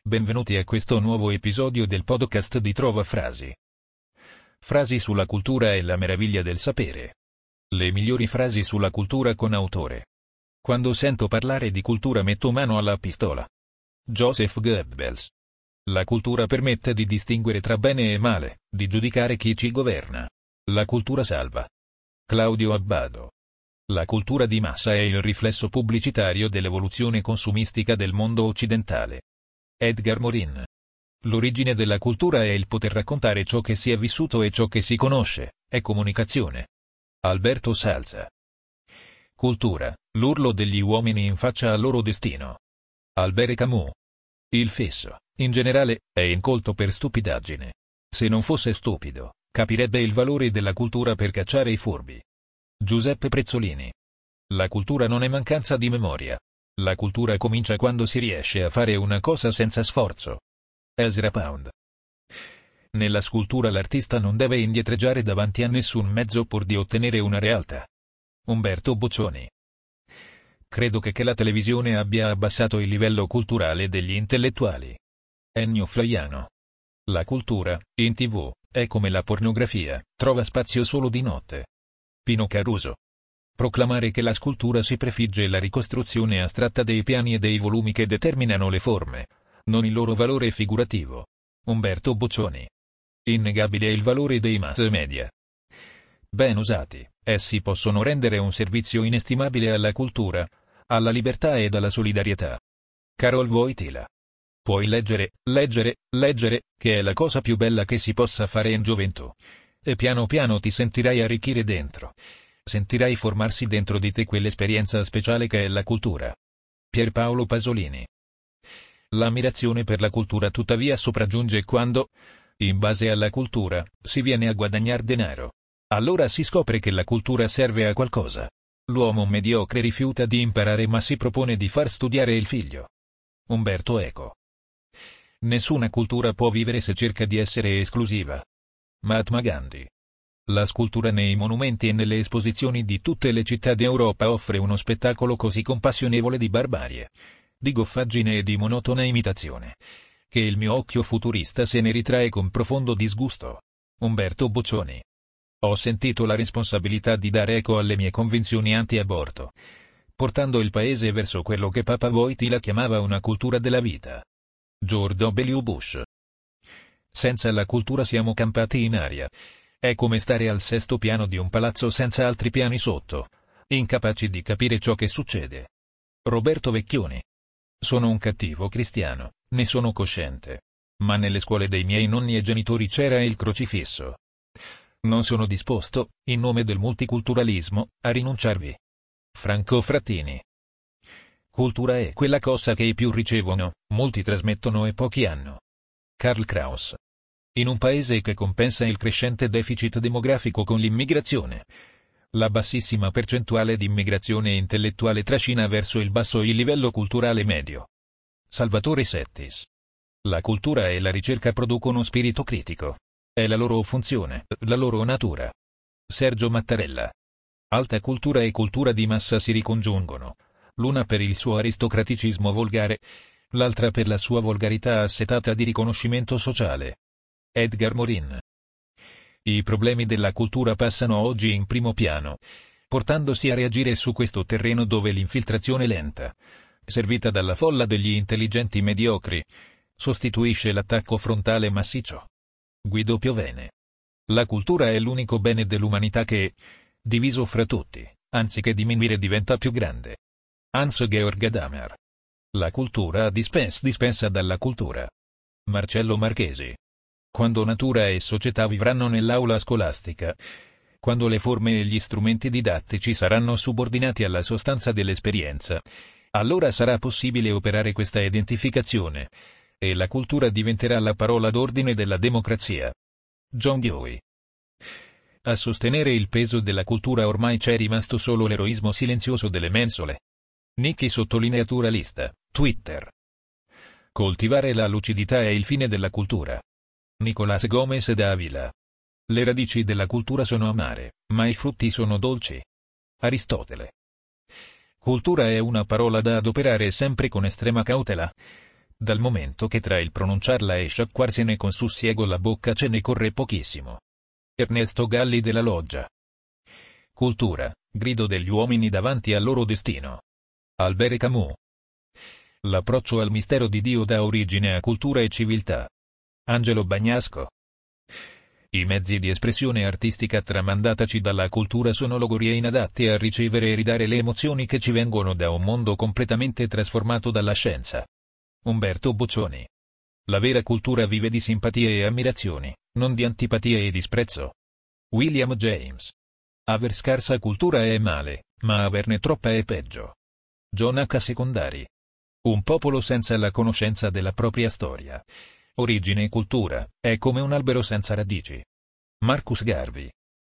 Benvenuti a questo nuovo episodio del podcast di Trova Frasi. Frasi sulla cultura e la meraviglia del sapere. Le migliori frasi sulla cultura con autore. Quando sento parlare di cultura metto mano alla pistola. Joseph Goebbels. La cultura permette di distinguere tra bene e male, di giudicare chi ci governa. La cultura salva. Claudio Abbado. La cultura di massa è il riflesso pubblicitario dell'evoluzione consumistica del mondo occidentale. Edgar Morin. L'origine della cultura è il poter raccontare ciò che si è vissuto e ciò che si conosce, è comunicazione. Alberto Salza. Cultura, l'urlo degli uomini in faccia al loro destino. Albert Camus. Il fesso, in generale, è incolto per stupidaggine. Se non fosse stupido, capirebbe il valore della cultura per cacciare i furbi. Giuseppe Prezzolini. La cultura non è mancanza di memoria. La cultura comincia quando si riesce a fare una cosa senza sforzo. Ezra Pound. Nella scultura l'artista non deve indietreggiare davanti a nessun mezzo pur di ottenere una realtà. Umberto Boccioni. Credo che la televisione abbia abbassato il livello culturale degli intellettuali. Ennio Flaiano. La cultura, in TV, è come la pornografia, trova spazio solo di notte. Pino Caruso. Proclamare che la scultura si prefigge la ricostruzione astratta dei piani e dei volumi che determinano le forme, non il loro valore figurativo. Umberto Boccioni. Innegabile è il valore dei mass media. Ben usati, essi possono rendere un servizio inestimabile alla cultura, alla libertà ed alla solidarietà. Karol Wojtyla. Puoi leggere, che è la cosa più bella che si possa fare in gioventù. E piano piano ti sentirai arricchire dentro. Sentirai formarsi dentro di te quell'esperienza speciale che è la cultura. Pierpaolo Pasolini. L'ammirazione per la cultura tuttavia sopraggiunge quando, in base alla cultura, si viene a guadagnar denaro. Allora si scopre che la cultura serve a qualcosa. L'uomo mediocre rifiuta di imparare ma si propone di far studiare il figlio. Umberto Eco. Nessuna cultura può vivere se cerca di essere esclusiva. Mahatma Gandhi. La scultura nei monumenti e nelle esposizioni di tutte le città d'Europa offre uno spettacolo così compassionevole di barbarie, di goffaggine e di monotona imitazione, che il mio occhio futurista se ne ritrae con profondo disgusto. Umberto Boccioni. Ho sentito la responsabilità di dare eco alle mie convinzioni anti-aborto, portando il paese verso quello che Papa Wojtyla chiamava una cultura della vita. George W. Bush. Senza la cultura siamo campati in aria. È come stare al sesto piano di un palazzo senza altri piani sotto, incapaci di capire ciò che succede. Roberto Vecchioni. Sono un cattivo cristiano, ne sono cosciente. Ma nelle scuole dei miei nonni e genitori c'era il crocifisso. Non sono disposto, in nome del multiculturalismo, a rinunciarvi. Franco Frattini. Cultura è quella cosa che i più ricevono, molti trasmettono e pochi hanno. Karl Kraus. In un paese che compensa il crescente deficit demografico con l'immigrazione, la bassissima percentuale di immigrazione intellettuale trascina verso il basso il livello culturale medio. Salvatore Settis. La cultura e la ricerca producono spirito critico. È la loro funzione, la loro natura. Sergio Mattarella. Alta cultura e cultura di massa si ricongiungono, l'una per il suo aristocraticismo volgare, l'altra per la sua volgarità assetata di riconoscimento sociale. Edgar Morin. I problemi della cultura passano oggi in primo piano, portandosi a reagire su questo terreno dove l'infiltrazione lenta, servita dalla folla degli intelligenti mediocri, sostituisce l'attacco frontale massiccio. Guido Piovene. La cultura è l'unico bene dell'umanità che, diviso fra tutti, anziché diminuire diventa più grande. Hans-Georg Gadamer. La cultura dispensa dalla cultura. Marcello Marchesi. Quando natura e società vivranno nell'aula scolastica, quando le forme e gli strumenti didattici saranno subordinati alla sostanza dell'esperienza, allora sarà possibile operare questa identificazione, e la cultura diventerà la parola d'ordine della democrazia. John Dewey. A sostenere il peso della cultura ormai c'è rimasto solo l'eroismo silenzioso delle mensole. Nicky sottolineaturalista, Twitter. Coltivare la lucidità è il fine della cultura. Nicolás Gómez d'Ávila. Le radici della cultura sono amare, ma i frutti sono dolci. Aristotele. Cultura è una parola da adoperare sempre con estrema cautela. dal momento che tra il pronunciarla e sciacquarsene con sussiego la bocca ce ne corre pochissimo. Ernesto Galli della Loggia. Cultura, grido degli uomini davanti al loro destino. Albert Camus. L'approccio al mistero di Dio dà origine a cultura e civiltà. Angelo Bagnasco. I mezzi di espressione artistica tramandataci dalla cultura sono logorie inadatte a ricevere e ridare le emozioni che ci vengono da un mondo completamente trasformato dalla scienza. Umberto Boccioni. La vera cultura vive di simpatie e ammirazioni, non di antipatie e disprezzo. William James. Aver scarsa cultura è male, ma averne troppa è peggio. John H. Secondari. Un popolo senza la conoscenza della propria storia, origine e cultura, è come un albero senza radici. Marcus Garvey.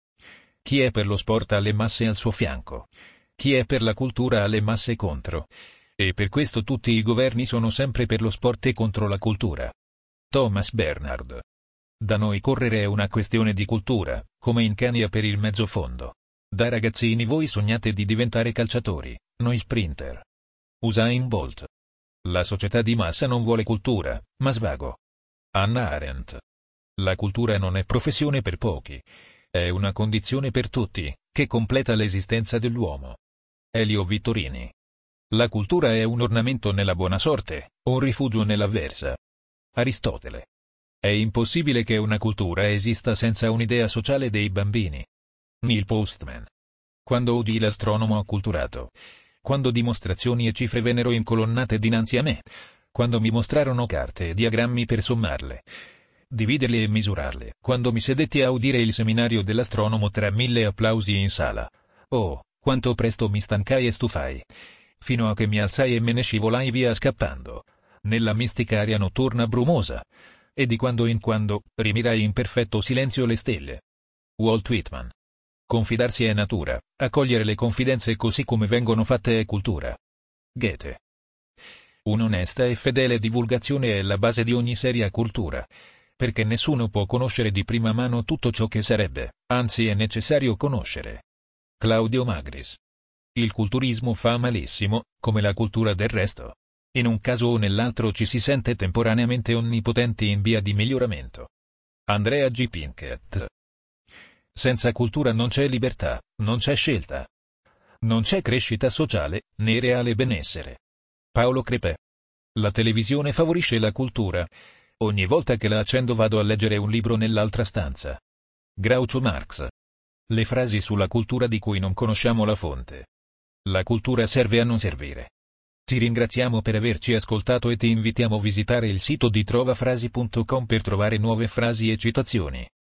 Chi è per lo sport ha le masse al suo fianco. Chi è per la cultura ha le masse contro. E per questo tutti i governi sono sempre per lo sport e contro la cultura. Thomas Bernhard. Da noi correre è una questione di cultura, come in Kenya per il mezzo fondo. Da ragazzini voi sognate di diventare calciatori, noi sprinter. Usain Bolt. La società di massa non vuole cultura, ma svago. Hannah Arendt. La cultura non è professione per pochi. È una condizione per tutti, che completa l'esistenza dell'uomo. Elio Vittorini. La cultura è un ornamento nella buona sorte, un rifugio nell'avversa. Aristotele. È impossibile che una cultura esista senza un'idea sociale dei bambini. Neil Postman. Quando udii l'astronomo acculturato. Quando dimostrazioni e cifre vennero incolonnate dinanzi a me. Quando mi mostrarono carte e diagrammi per sommarle, dividerle e misurarle. Quando mi sedetti a udire il seminario dell'astronomo tra 1000 applausi in sala. Oh, quanto presto mi stancai e stufai. Fino a che mi alzai e me ne scivolai via scappando. Nella mistica aria notturna brumosa. E di quando in quando, rimirai in perfetto silenzio le stelle. Walt Whitman. Confidarsi è natura, accogliere le confidenze così come vengono fatte è cultura. Goethe. Un'onesta e fedele divulgazione è la base di ogni seria cultura, perché nessuno può conoscere di prima mano tutto ciò che sarebbe, anzi è necessario conoscere. Claudio Magris. Il culturismo fa malissimo, come la cultura del resto. In un caso o nell'altro ci si sente temporaneamente onnipotenti in via di miglioramento. Andrea G. Pinkett. Senza cultura non c'è libertà, non c'è scelta. Non c'è crescita sociale, né reale benessere. Paolo Crepè. La televisione favorisce la cultura. Ogni volta che la accendo vado a leggere un libro nell'altra stanza. Groucho Marx. Le frasi sulla cultura di cui non conosciamo la fonte. La cultura serve a non servire. Ti ringraziamo per averci ascoltato e ti invitiamo a visitare il sito di trovafrasi.com per trovare nuove frasi e citazioni.